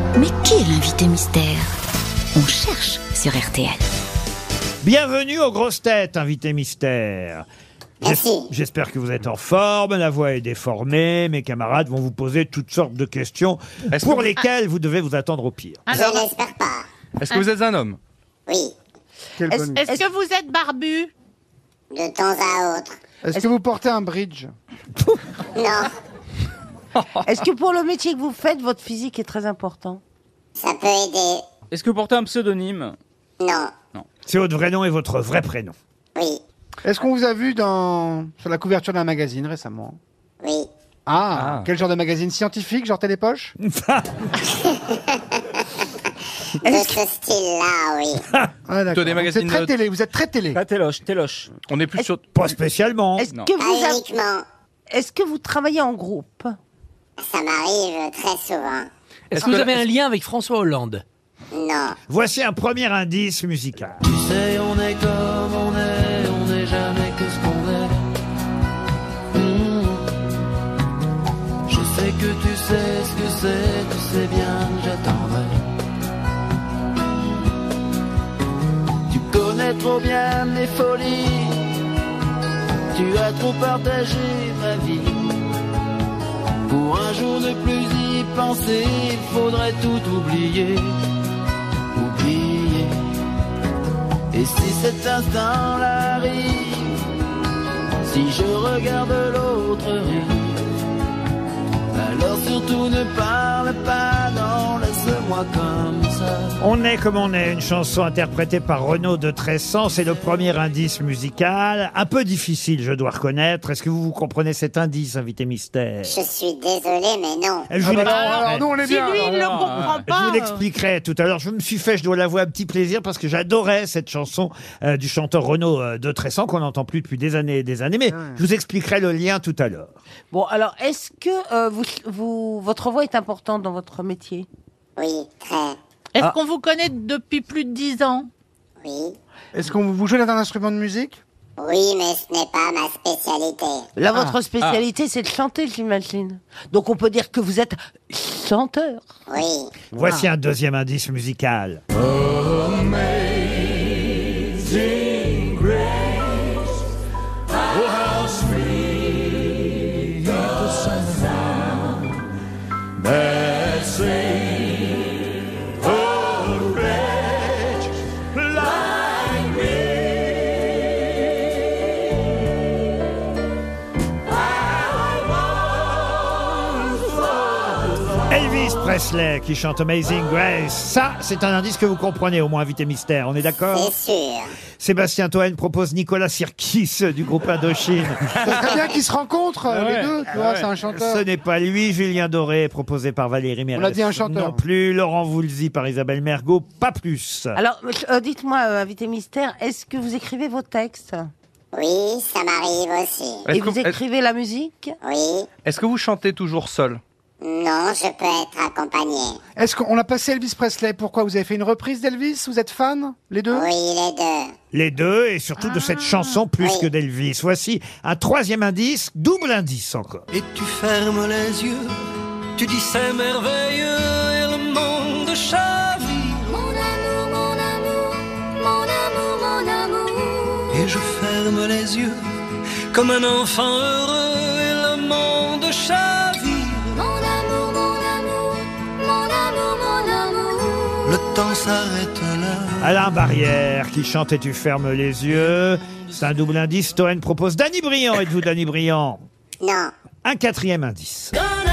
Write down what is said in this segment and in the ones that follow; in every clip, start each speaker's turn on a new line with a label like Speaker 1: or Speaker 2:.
Speaker 1: Mais qui est l'invité mystère? On cherche sur RTL.
Speaker 2: Bienvenue aux grosses têtes, invité mystère.
Speaker 3: Merci.
Speaker 2: J'espère que vous êtes en forme, la voix est déformée, mes camarades vont vous poser toutes sortes de questions pour lesquelles vous devez vous attendre au pire.
Speaker 3: Je n'espère pas.
Speaker 4: Est-ce que vous êtes un homme?
Speaker 3: Oui,
Speaker 5: Est-ce que vous êtes barbu?
Speaker 3: de temps à autre.
Speaker 6: Est-ce que vous portez un bridge?
Speaker 3: Non,
Speaker 7: Est-ce que pour le métier que vous faites, votre physique est très important?
Speaker 3: ça peut aider.
Speaker 4: Est-ce que vous portez un pseudonyme?
Speaker 3: Non,
Speaker 2: C'est votre vrai nom et votre vrai prénom.
Speaker 3: oui,
Speaker 6: Est-ce qu'on vous a vu sur la couverture d'un magazine récemment?
Speaker 3: oui.
Speaker 6: Ah, quel genre de magazine? Scientifique, genre Télépoche?
Speaker 3: De ce style-là, oui.
Speaker 6: Ah, d'accord.
Speaker 4: Des
Speaker 6: Donc,
Speaker 4: magazines
Speaker 6: c'est très
Speaker 4: de-
Speaker 6: télé, vous êtes très télé.
Speaker 4: Téloche. On est plus sur...
Speaker 2: Pas spécialement.
Speaker 7: Est-ce
Speaker 4: Non.
Speaker 7: que
Speaker 3: Pas
Speaker 7: vous avez-
Speaker 3: uniquement.
Speaker 7: est-ce que vous travaillez en groupe?
Speaker 3: Ça m'arrive très souvent.
Speaker 8: Est-ce que vous avez un lien avec François Hollande?
Speaker 3: Non,
Speaker 2: Voici un premier indice musical.
Speaker 9: Tu sais, on est comme on n'est jamais que ce qu'on est. Je sais que tu sais ce que c'est, tu sais bien que j'attendrai. Tu connais trop bien mes folies, tu as trop partagé ma vie. Pour un jour ne plus y penser, il faudrait tout oublier. Oublier. Et si cet instant-là arrive, si je regarde l'autre rive, alors surtout ne parle pas, non, laisse-moi comme ça.
Speaker 2: On est comme on est, une chanson interprétée par Renaud de Tressan. C'est le premier indice musical. Un peu difficile, je dois reconnaître. Est-ce que vous comprenez cet indice, invité mystère?
Speaker 3: je suis désolée, mais non.
Speaker 2: Je vous l'ex-
Speaker 6: Alors, nous, on est
Speaker 5: Si
Speaker 6: bien.
Speaker 5: lui, il ne le
Speaker 6: alors.
Speaker 5: comprend
Speaker 2: je
Speaker 5: pas.
Speaker 2: vous l'expliquerai tout à l'heure. Je me suis fait, je dois l'avouer, un petit plaisir parce que j'adorais cette chanson du chanteur Renaud de Tressan qu'on n'entend plus depuis des années et des années. Mais je vous expliquerai le lien tout à l'heure.
Speaker 7: Bon, alors, est-ce que votre voix est importante dans votre métier?
Speaker 3: Oui, très.
Speaker 5: Est-ce qu'on vous connaît depuis plus de 10 ans?
Speaker 3: Oui.
Speaker 6: Est-ce qu'on vous jouez d'un instrument de musique?
Speaker 3: Oui, mais ce n'est pas ma spécialité.
Speaker 7: Là, votre spécialité, c'est de chanter, j'imagine. Donc, on peut dire que vous êtes chanteur.
Speaker 3: Oui,
Speaker 2: Voici un deuxième indice musical. Elvis Presley qui chante Amazing Grace. Ça, c'est un indice que vous comprenez, au moins, invité mystère. On est d'accord?
Speaker 3: c'est sûr.
Speaker 2: Sébastien Toen propose Nicolas Sirkis du groupe Indochine.
Speaker 6: Ça serait bien qu'ils se rencontrent, les deux, tu vois, c'est un chanteur.
Speaker 2: Ce n'est pas lui. Julien Doré, proposé par Valérie Mérès.
Speaker 6: On a dit un chanteur.
Speaker 2: Non plus. Laurent Voulzy par Isabelle Mergo. Pas plus.
Speaker 7: Alors, dites-moi, invité mystère, est-ce que vous écrivez vos textes?
Speaker 3: Oui, ça m'arrive aussi.
Speaker 7: Et vous écrivez la musique?
Speaker 3: Oui,
Speaker 4: Est-ce que vous chantez toujours seul?
Speaker 3: non, je peux être accompagnée.
Speaker 6: Est-ce qu'on a passé Elvis Presley? Pourquoi? Vous avez fait une reprise d'Elvis? Vous êtes fan, les deux?
Speaker 3: Oui, les deux.
Speaker 2: Les deux, et surtout de cette chanson plus
Speaker 3: Oui.
Speaker 2: que d'Elvis. Voici un troisième indice, double indice encore.
Speaker 9: Et tu fermes les yeux, tu dis c'est merveilleux et le monde chavire.
Speaker 1: Mon amour, mon amour, mon amour, mon amour.
Speaker 9: Et je ferme les yeux comme un enfant heureux et le monde chavire.
Speaker 1: Mon amour, mon amour, mon amour, mon amour.
Speaker 9: Le temps s'arrête là.
Speaker 2: Alain Barrière qui chante Et tu fermes les yeux. C'est un double indice. Toen propose Danny Briand. Êtes-vous Danny Briand?
Speaker 3: Non,
Speaker 2: Un quatrième indice.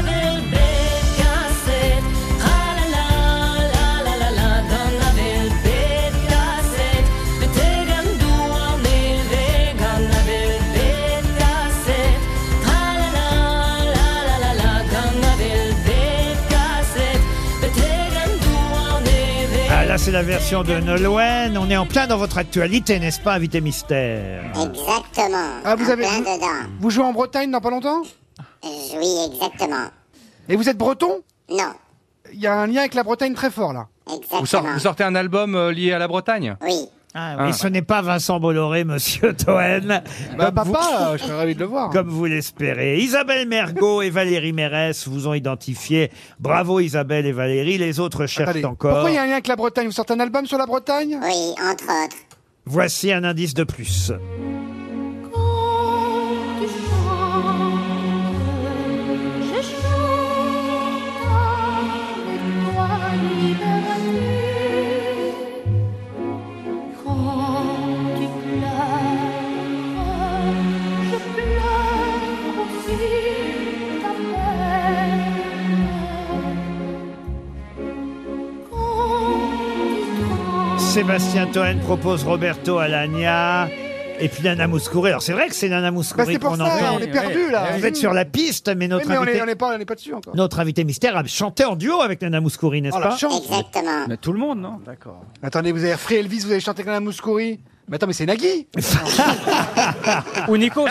Speaker 2: Ah, là, c'est la version de Nolwenn. On est en plein dans votre actualité, n'est-ce pas, invité mystère?
Speaker 3: exactement.
Speaker 6: Ah, vous
Speaker 3: En
Speaker 6: avez-
Speaker 3: plein dedans.
Speaker 6: Vous jouez en Bretagne dans pas longtemps?
Speaker 3: Oui, exactement.
Speaker 6: Et vous êtes breton?
Speaker 3: Non,
Speaker 6: Il y a un lien avec la Bretagne très fort, là.
Speaker 3: exactement.
Speaker 4: Vous sortez un album lié à la Bretagne?
Speaker 3: Oui,
Speaker 2: Et ce n'est pas Vincent Bolloré, monsieur Toen.
Speaker 6: Bah,
Speaker 2: comme
Speaker 6: papa, je serais ravi de le voir.
Speaker 2: Comme vous l'espérez. Isabelle Mergo et Valérie Mérès vous ont identifié. Bravo Isabelle et Valérie. Les autres cherchent
Speaker 6: Attendez,
Speaker 2: encore.
Speaker 6: pourquoi il y a un lien avec la Bretagne? Vous sortez un album sur la Bretagne?
Speaker 3: Oui, entre autres.
Speaker 2: Voici un indice de plus. Sébastien Toen propose Roberto Alagna et puis Nana Mouskouri. Alors c'est vrai que c'est Nana Mouskouri
Speaker 6: c'est pour
Speaker 2: qu'on
Speaker 6: ça,
Speaker 2: entend.
Speaker 6: on est perdu là.
Speaker 2: Vous êtes sur la piste, mais notre
Speaker 6: Oui, mais
Speaker 2: invité,
Speaker 6: on n'est pas dessus encore.
Speaker 2: notre invité mystère a chanté en duo avec Nana Mouskouri, n'est-ce
Speaker 6: Oh, la
Speaker 2: pas?
Speaker 6: chance.
Speaker 3: Exactement.
Speaker 4: Mais tout le monde, non?
Speaker 6: D'accord. Attendez, vous avez Free Elvis, vous avez chanté avec Nana Mouskouri? Mais attends, mais c'est Nagui.
Speaker 4: Ou Nikos?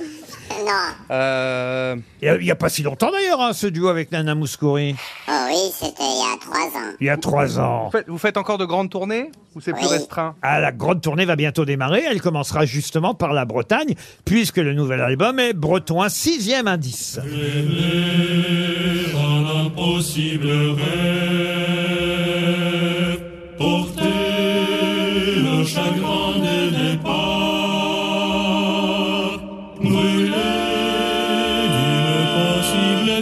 Speaker 3: Non.
Speaker 2: Il n'y a pas si longtemps d'ailleurs, hein, ce duo avec Nana Mouskouri.
Speaker 3: Oh oui, c'était il y a 3 ans.
Speaker 2: Il y a 3 ans.
Speaker 4: Vous faites encore de grandes tournées? Ou c'est plus
Speaker 3: Oui.
Speaker 4: restreint?
Speaker 2: Ah, la grande tournée va bientôt démarrer. Elle commencera justement par la Bretagne, puisque le nouvel album est breton. Un 6e indice.
Speaker 10: Un impossible rêve, porter le chagrin des départs, brûler d'une possible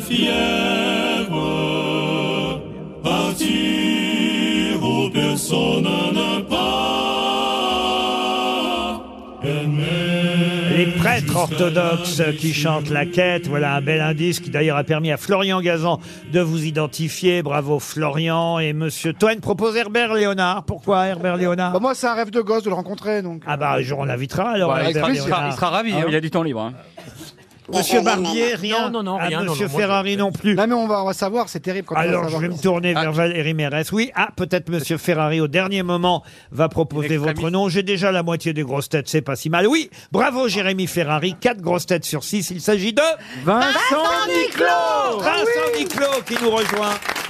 Speaker 10: fièvre, partir où personne n'a pas aimé.
Speaker 2: Les prêtres orthodoxes qui chantent la quête. Voilà un bel indice qui d'ailleurs a permis à Florian Gazan de vous identifier. Bravo Florian. Et monsieur Toen propose Herbert Léonard. Pourquoi Herbert Léonard?
Speaker 6: Bah, moi, c'est un rêve de gosse de le rencontrer, donc.
Speaker 2: Ah bah un jour on l'invitera alors.
Speaker 4: Ouais,
Speaker 2: Herbert
Speaker 6: avec plaisir.
Speaker 2: Léonard.
Speaker 4: Il sera ravi. hein.
Speaker 11: Il a du temps libre. Hein.
Speaker 2: Monsieur
Speaker 3: Désolé,
Speaker 2: Barbier,
Speaker 3: mais
Speaker 2: rien.
Speaker 8: Non,
Speaker 2: Ah,
Speaker 8: rien.
Speaker 2: monsieur
Speaker 8: Non, moi,
Speaker 2: Ferrari non plus.
Speaker 6: Non, mais on va savoir, c'est terrible quand on
Speaker 2: Alors
Speaker 6: va
Speaker 2: je
Speaker 6: savoir.
Speaker 2: vais me tourner vers Valérie Mérès. Oui, peut-être monsieur Ferrari au dernier moment va proposer votre nom. J'ai déjà la moitié des grosses têtes, c'est pas si mal. Oui, bravo Jérémy Ferrari, 4 grosses têtes sur 6. Il s'agit de
Speaker 4: Vincent Niclot!
Speaker 2: Vincent Niclot qui nous rejoint.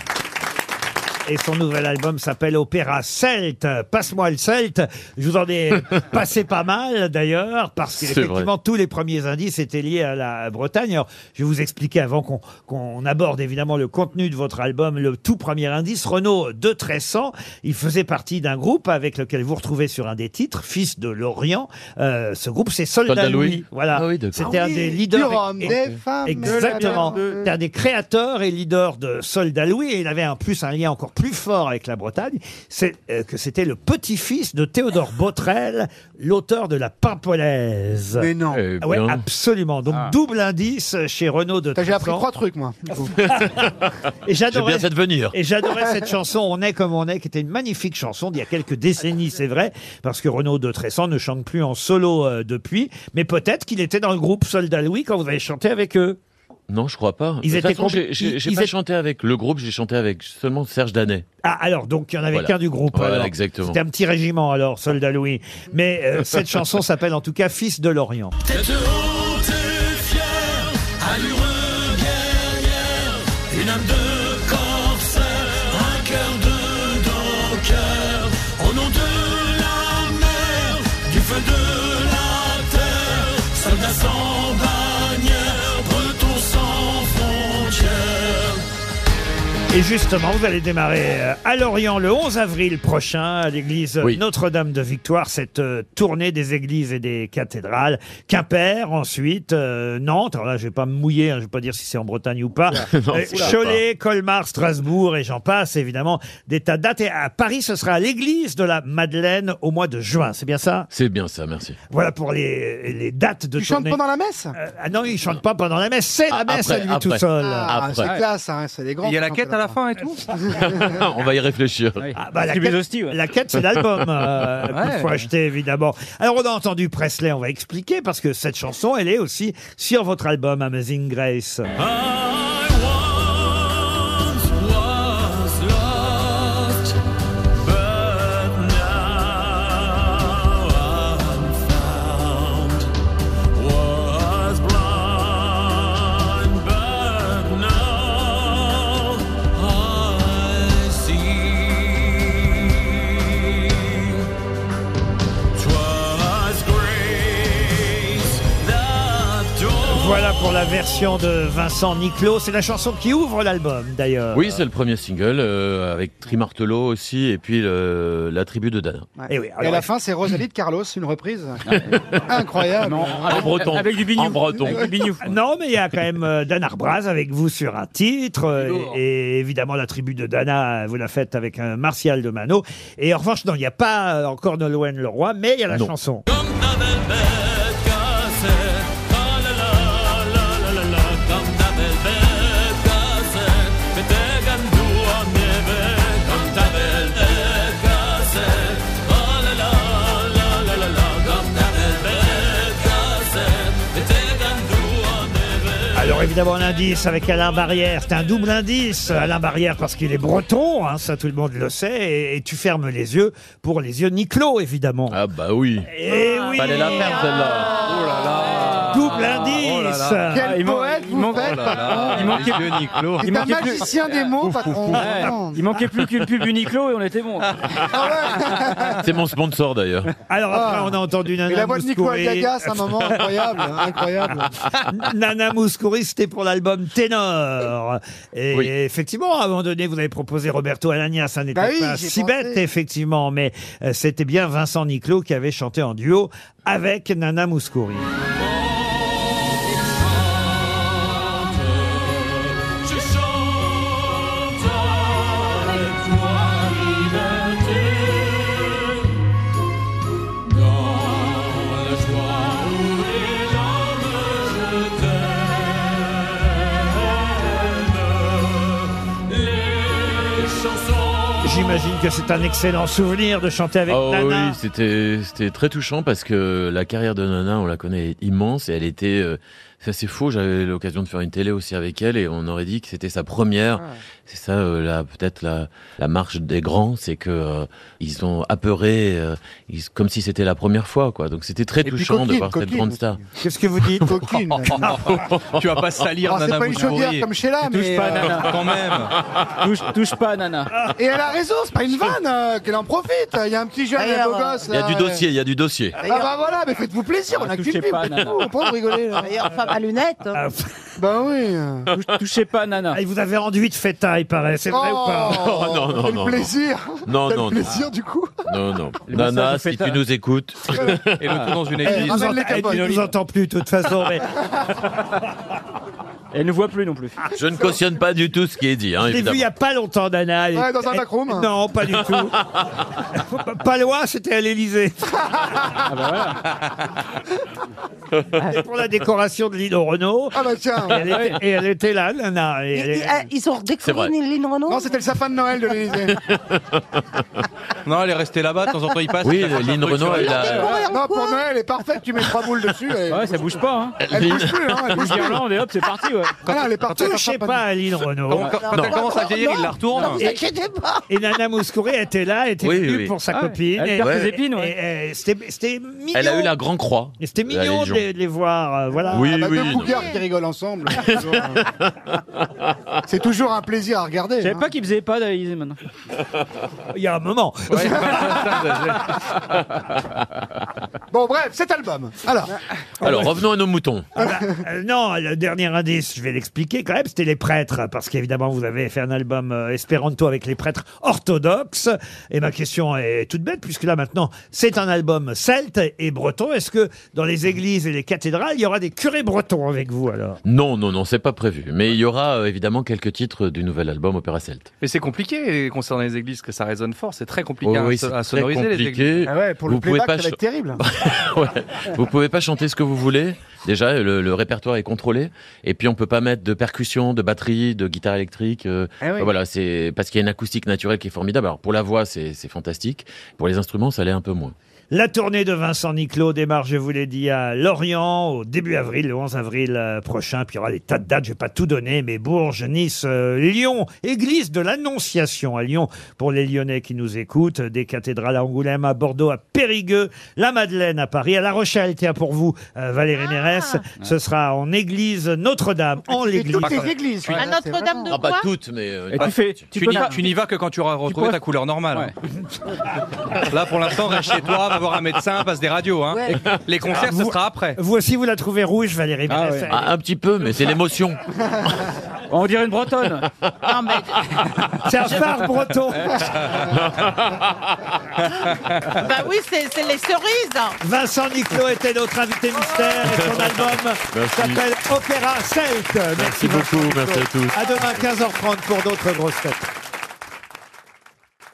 Speaker 2: Et son nouvel album s'appelle Opéra Celte. Passe-moi le Celte. Je vous en ai passé pas mal d'ailleurs, parce qu'effectivement tous les premiers indices étaient liés à la Bretagne. Alors, je vais vous expliquer avant qu'on aborde évidemment le contenu de votre album. Le tout premier indice, Renaud de Tressan. Il faisait partie d'un groupe avec lequel vous retrouvez sur un des titres, Fils de l'Orient. Ce groupe, c'est Soldat Louis. Voilà.
Speaker 8: Ah oui, d'accord.
Speaker 2: C'était un des leaders.
Speaker 6: Du rhum, des femmes.
Speaker 2: Exactement. C'était un des créateurs et leaders de Soldat Louis, et il avait en plus un lien encore plus fort avec la Bretagne, c'est que c'était le petit-fils de Théodore Botrel, l'auteur de La Pimpolaise.
Speaker 6: Mais non.
Speaker 2: Ah ouais, absolument. Donc double indice chez Renaud de
Speaker 6: J'ai appris
Speaker 2: Tressan.
Speaker 6: 3 trucs, moi. du coup.
Speaker 2: Et j'adorais
Speaker 8: de venir.
Speaker 2: et j'adorais cette chanson On est comme on est, qui était une magnifique chanson d'il y a quelques décennies, c'est vrai, parce que Renaud de Tressan ne chante plus en solo depuis, mais peut-être qu'il était dans le groupe Soldat Louis quand vous avez chanté avec eux.
Speaker 12: Non, je crois pas.
Speaker 2: Ils
Speaker 12: De toute
Speaker 2: étaient
Speaker 12: façon,
Speaker 2: compl-
Speaker 12: j'ai
Speaker 2: ils
Speaker 12: pas
Speaker 2: étaient-
Speaker 12: chanté avec le groupe, j'ai chanté avec seulement Serge Danet.
Speaker 2: Ah, alors, donc, il n'y en avait
Speaker 12: Voilà.
Speaker 2: qu'un du groupe.
Speaker 12: Voilà,
Speaker 2: alors.
Speaker 12: exactement.
Speaker 2: C'était un petit régiment, alors, Soldat Louis. Mais cette chanson s'appelle en tout cas Fils de l'Orient.
Speaker 10: Tête haute et fière, allure guerrière, une âme de corsaire, un cœur de docker, au nom de la mer, du feu de la terre, soldats sans bannière, bretons sans frontières.
Speaker 2: Et justement, vous allez démarrer à Lorient le 11 avril prochain à l'église
Speaker 12: Oui.
Speaker 2: Notre-Dame de Victoire, cette tournée des églises et des cathédrales. Quimper, ensuite, Nantes. Alors là, je vais pas me mouiller, hein, je vais pas dire si c'est en Bretagne ou pas.
Speaker 12: Non, c'est
Speaker 2: Cholet, Colmar, Strasbourg et j'en passe, évidemment, des tas de dates. Et à Paris, ce sera à l'église de la Madeleine au mois de juin. C'est bien ça?
Speaker 12: C'est bien ça, merci.
Speaker 2: Voilà pour les dates de
Speaker 6: Tu chantes
Speaker 2: tournée.
Speaker 6: pendant la messe?
Speaker 2: Ah non, il chante pas pendant la messe, c'est la messe à lui tout seul.
Speaker 6: Ah,
Speaker 12: Après.
Speaker 6: c'est classe, hein, c'est des grands.
Speaker 4: Il y a la
Speaker 6: qui
Speaker 4: quête
Speaker 6: chantent
Speaker 4: à la fin et tout?
Speaker 12: On va y réfléchir.
Speaker 2: Ah bah,
Speaker 11: Distribué d'hosties, ouais.
Speaker 2: la quête, c'est l'album qu'il
Speaker 4: Ouais.
Speaker 2: faut acheter, évidemment. Alors, on a entendu Presley, on va expliquer, parce que cette chanson, elle est aussi sur votre album Amazing Grace.
Speaker 10: I once was lost, but now I'm found. Was blind, but now I see.
Speaker 2: version de Vincent Niclot. C'est la chanson qui ouvre l'album, d'ailleurs.
Speaker 12: Oui, c'est le premier single, avec Trimartelo aussi, et puis la tribu de Dana.
Speaker 2: Et, oui,
Speaker 6: Et à la fin, c'est Rosalie de Carlos, une reprise. Incroyable.
Speaker 12: En breton.
Speaker 8: Avec du bignou.
Speaker 12: En breton.
Speaker 8: Avec du bignou.
Speaker 2: Non, mais il y a quand même Dana Arbraz avec vous sur un titre. Et évidemment, la tribu de Dana, vous la faites avec un Martial de Mano. Et en revanche, non, il n'y a pas encore Nolwenn Leroy, mais il y a la chanson. Alors évidemment l'indice avec Alain Barrière, c'est un double indice, Alain Barrière parce qu'il est breton, hein, ça tout le monde le sait, et tu fermes les yeux pour les yeux Niclot évidemment.
Speaker 12: Ah bah oui.
Speaker 2: Et oui.
Speaker 12: Fallait la faire celle-là.
Speaker 4: Oh là là.
Speaker 2: Double indice.
Speaker 6: Quel poète vous faites,
Speaker 4: Oh là là.
Speaker 8: Il manquait
Speaker 4: Les yeux Niclot.
Speaker 6: C'est un magicien des mots, patron. Vraiment.
Speaker 8: Il manquait plus qu'une pub Uniqlo et on était bon.
Speaker 12: C'est mon sponsor d'ailleurs.
Speaker 2: Alors après on a entendu
Speaker 6: Et
Speaker 2: Nana
Speaker 6: la voix de Nicolas
Speaker 2: Mouskouri.
Speaker 6: Gaga, c'est un moment incroyable, incroyable.
Speaker 2: Nana Mouskouri, c'était pour l'album Ténor. Et
Speaker 12: Oui.
Speaker 2: effectivement, à un moment donné, vous avez proposé Roberto Alagna, ça n'était
Speaker 6: Bah oui,
Speaker 2: pas
Speaker 6: j'y
Speaker 2: si
Speaker 6: pensais.
Speaker 2: bête, effectivement, mais c'était bien Vincent Niclot qui avait chanté en duo avec Nana Mouskouri.
Speaker 10: Je chante avec toi liberté, dans la joie ou les larmes je t'aime. Les chansons.
Speaker 2: J'imagine que c'est un excellent souvenir de chanter avec
Speaker 12: Oh
Speaker 2: Nana.
Speaker 12: oui, c'était très touchant parce que la carrière de Nana, on la connaît immense et elle était... ça c'est faux, j'avais l'occasion de faire une télé aussi avec elle et on aurait dit que c'était sa première. C'est ça, peut-être la marche des grands, c'est que ils ont apeuré, comme si c'était la première fois, quoi. Donc c'était très
Speaker 6: puis
Speaker 12: touchant de
Speaker 6: coquine,
Speaker 12: voir cette
Speaker 6: coquine
Speaker 12: grande
Speaker 6: aussi.
Speaker 12: star.
Speaker 2: Qu'est-ce que vous dites?
Speaker 6: Coquine.
Speaker 4: Tu vas pas salir
Speaker 6: Alors, c'est
Speaker 4: Nana
Speaker 6: pas une chaudière
Speaker 4: Mouskouri.
Speaker 6: comme chez là,
Speaker 8: Touche
Speaker 6: mais.
Speaker 8: pas Nana.
Speaker 4: Quand même.
Speaker 8: Touche pas Nana.
Speaker 6: Et elle a raison, c'est pas une vanne, qu'elle en profite. Il y a un petit jeune, un
Speaker 7: D'ailleurs,
Speaker 6: beau gosse.
Speaker 12: Il y a
Speaker 6: là,
Speaker 12: du dossier, il y a du dossier.
Speaker 6: Ah bah voilà, mais faites-vous plaisir, on a
Speaker 8: touchez
Speaker 6: qu'une pub.
Speaker 8: pas, Nana.
Speaker 6: On peut rigoler là.
Speaker 7: D'ailleurs, femme à lunettes.
Speaker 2: Ah,
Speaker 6: Bah oui.
Speaker 8: Touchez pas Nana.
Speaker 2: il vous avait enduit de feta, il paraît, c'est vrai ou pas?
Speaker 12: Oh, non, non,
Speaker 6: quel
Speaker 12: non,
Speaker 6: plaisir.
Speaker 12: Non,
Speaker 6: Quel
Speaker 12: non, non.
Speaker 6: plaisir du coup.
Speaker 12: Non, non.
Speaker 8: Les
Speaker 12: Nana,
Speaker 8: messages de
Speaker 12: si
Speaker 8: fêta.
Speaker 12: tu nous écoutes.
Speaker 4: Et le tout dans une
Speaker 2: Elle
Speaker 4: église.
Speaker 2: nous,
Speaker 6: Ramène les
Speaker 2: elle
Speaker 6: capotes.
Speaker 2: nous entend plus de toute façon, mais
Speaker 8: Elle ne voit plus non plus.
Speaker 12: Je ne cautionne pas du tout ce qui est dit, hein,
Speaker 2: je l'ai vu il
Speaker 12: évidemment.
Speaker 2: n'y a pas longtemps, Nana.
Speaker 6: Ouais, dans un
Speaker 2: Elle-
Speaker 6: backroom.
Speaker 2: Non, pas du tout. Pas loin, c'était à l'Élysée.
Speaker 8: Ah bah voilà.
Speaker 2: C'était pour la décoration de Lino Renault.
Speaker 6: Ah bah tiens.
Speaker 2: Et elle était là, Nana. Et
Speaker 7: Ils ont
Speaker 12: C'est vrai.
Speaker 7: redécoré Lynn Renault.
Speaker 6: Non, c'était le sapin de Noël de l'Élysée.
Speaker 4: Non, elle est restée là-bas, de temps en temps il passe.
Speaker 12: Oui,
Speaker 4: il fait un
Speaker 12: Lynn
Speaker 4: truc
Speaker 12: Renault,
Speaker 4: sur
Speaker 12: elle a...
Speaker 6: Non, pour Noël, elle est parfaite. Tu mets 3 boules dessus.
Speaker 8: Ouais, ça bouge pas. Hein.
Speaker 6: Elle bouge plus, hein. Elle bouge plus.
Speaker 8: Guirlande et hop, c'est parti. Ouais.
Speaker 6: Ah non, elle est partout.
Speaker 2: touchez pas à Lynn Renault.
Speaker 4: Quand elle commence à vieillir, il la retourne.
Speaker 7: Non, vous inquiétez pas.
Speaker 2: Et Nana Mouskouri était là, était
Speaker 12: Oui,
Speaker 2: venue
Speaker 12: oui.
Speaker 2: pour sa
Speaker 8: Ah ouais.
Speaker 2: copine.
Speaker 8: Elle
Speaker 2: Et-
Speaker 8: perd
Speaker 12: Ouais.
Speaker 8: ses épines, ouais.
Speaker 2: et c'était mignon.
Speaker 12: Elle a eu la Grand Croix.
Speaker 2: Et c'était
Speaker 12: de la
Speaker 2: mignon de
Speaker 12: Légion.
Speaker 2: les voir. Voilà.
Speaker 12: Oui,
Speaker 6: Ah bah,
Speaker 12: oui.
Speaker 6: deux
Speaker 12: non,
Speaker 6: cougars
Speaker 12: mais-
Speaker 6: qui rigolent ensemble. C'est toujours un plaisir à regarder.
Speaker 8: Je savais
Speaker 6: hein.
Speaker 8: pas qu'il faisait pas d'Élysée maintenant.
Speaker 2: Il y a un moment.
Speaker 6: Bon, bref, cet album. Alors,
Speaker 12: Alors, revenons à nos moutons.
Speaker 2: Non, le dernier indice, je vais l'expliquer quand même, c'était les prêtres, parce qu'évidemment vous avez fait un album espéranto avec les prêtres orthodoxes. Et ma question est toute bête, puisque là maintenant c'est un album celte et breton. Est-ce que dans les églises et les cathédrales, il y aura des curés bretons avec vous alors?
Speaker 12: Non, non, non, c'est pas prévu. Mais il y aura évidemment quelques titres du nouvel album Opéra Celte.
Speaker 4: Mais c'est compliqué concernant les églises, que ça résonne fort. C'est très compliqué
Speaker 12: Oh, oui,
Speaker 4: à
Speaker 12: c'est très
Speaker 4: sonoriser les églises.
Speaker 12: compliqué.
Speaker 6: ah ouais, pour le
Speaker 12: Vous pouvez
Speaker 6: playback,
Speaker 12: pas
Speaker 6: ça va être terrible.
Speaker 12: Ouais. Vous pouvez pas chanter ce que vous voulez. Déjà, le répertoire est contrôlé. Et puis, on peut pas mettre de percussion, de batterie, de guitare électrique.
Speaker 6: Ah oui.
Speaker 12: Voilà, c'est parce qu'il y a une acoustique naturelle qui est formidable. Alors, pour la voix, c'est fantastique. Pour les instruments, ça l'est un peu moins.
Speaker 2: La tournée de Vincent Niclot démarre, je vous l'ai dit, à Lorient au début avril, le 11 avril prochain. Puis il y aura des tas de dates, je vais pas tout donner, mais Bourges, Nice, Lyon, église de l'Annonciation à Lyon pour les Lyonnais qui nous écoutent, des cathédrales à Angoulême, à Bordeaux, à Périgueux, la Madeleine à Paris, à La Rochelle, tiens pour vous, Valérie Mérès, ce sera en église Notre-Dame, en
Speaker 6: Et
Speaker 2: l'église.
Speaker 6: toutes les églises.
Speaker 5: À
Speaker 6: voilà, c'est
Speaker 5: Notre-Dame de
Speaker 12: Ah, pas
Speaker 5: quoi
Speaker 12: toutes, mais.
Speaker 8: Et tu fais.
Speaker 4: Tu
Speaker 8: peux
Speaker 4: n'y
Speaker 8: pas-
Speaker 4: tu n'y vas que quand tu auras retrouvé
Speaker 8: peux-
Speaker 4: ta couleur normale.
Speaker 8: Ouais.
Speaker 4: Là, pour l'instant, reste chez toi, va voir un médecin, passe des radios. Hein.
Speaker 7: Ouais.
Speaker 4: Les concerts, ce sera après.
Speaker 2: Vous aussi, vous la trouvez rouge, Valérie
Speaker 8: Ah
Speaker 2: Mérès.
Speaker 8: ouais.
Speaker 12: Un petit peu, mais c'est l'émotion.
Speaker 8: On dirait une bretonne.
Speaker 5: Non, mais
Speaker 2: C'est un phare breton.
Speaker 5: bah oui, c'est les cerises.
Speaker 2: Vincent Niclot était notre invité mystère et son album
Speaker 12: Merci.
Speaker 2: s'appelle Opéra Celte.
Speaker 12: Merci beaucoup,
Speaker 2: Vincent
Speaker 12: merci à
Speaker 2: Niclot.
Speaker 12: tous.
Speaker 2: À demain 15h30 pour d'autres grosses têtes.